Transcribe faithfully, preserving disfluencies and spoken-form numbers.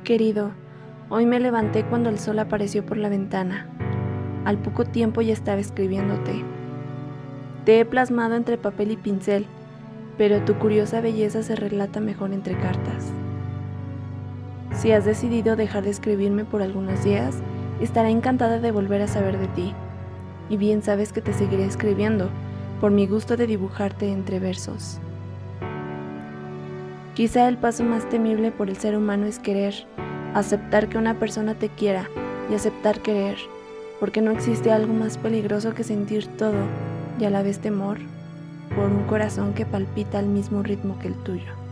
Querido, hoy me levanté cuando el sol apareció por la ventana. Al poco tiempo ya estaba escribiéndote. Te he plasmado entre papel y pincel, pero tu curiosa belleza se relata mejor entre cartas. Si has decidido dejar de escribirme por algunos días, estaré encantada de volver a saber de ti. Y bien sabes que te seguiré escribiendo, por mi gusto de dibujarte entre versos. Quizá el paso más temible por el ser humano es querer, aceptar que una persona te quiera y aceptar querer, porque no existe algo más peligroso que sentir todo y a la vez temor por un corazón que palpita al mismo ritmo que el tuyo.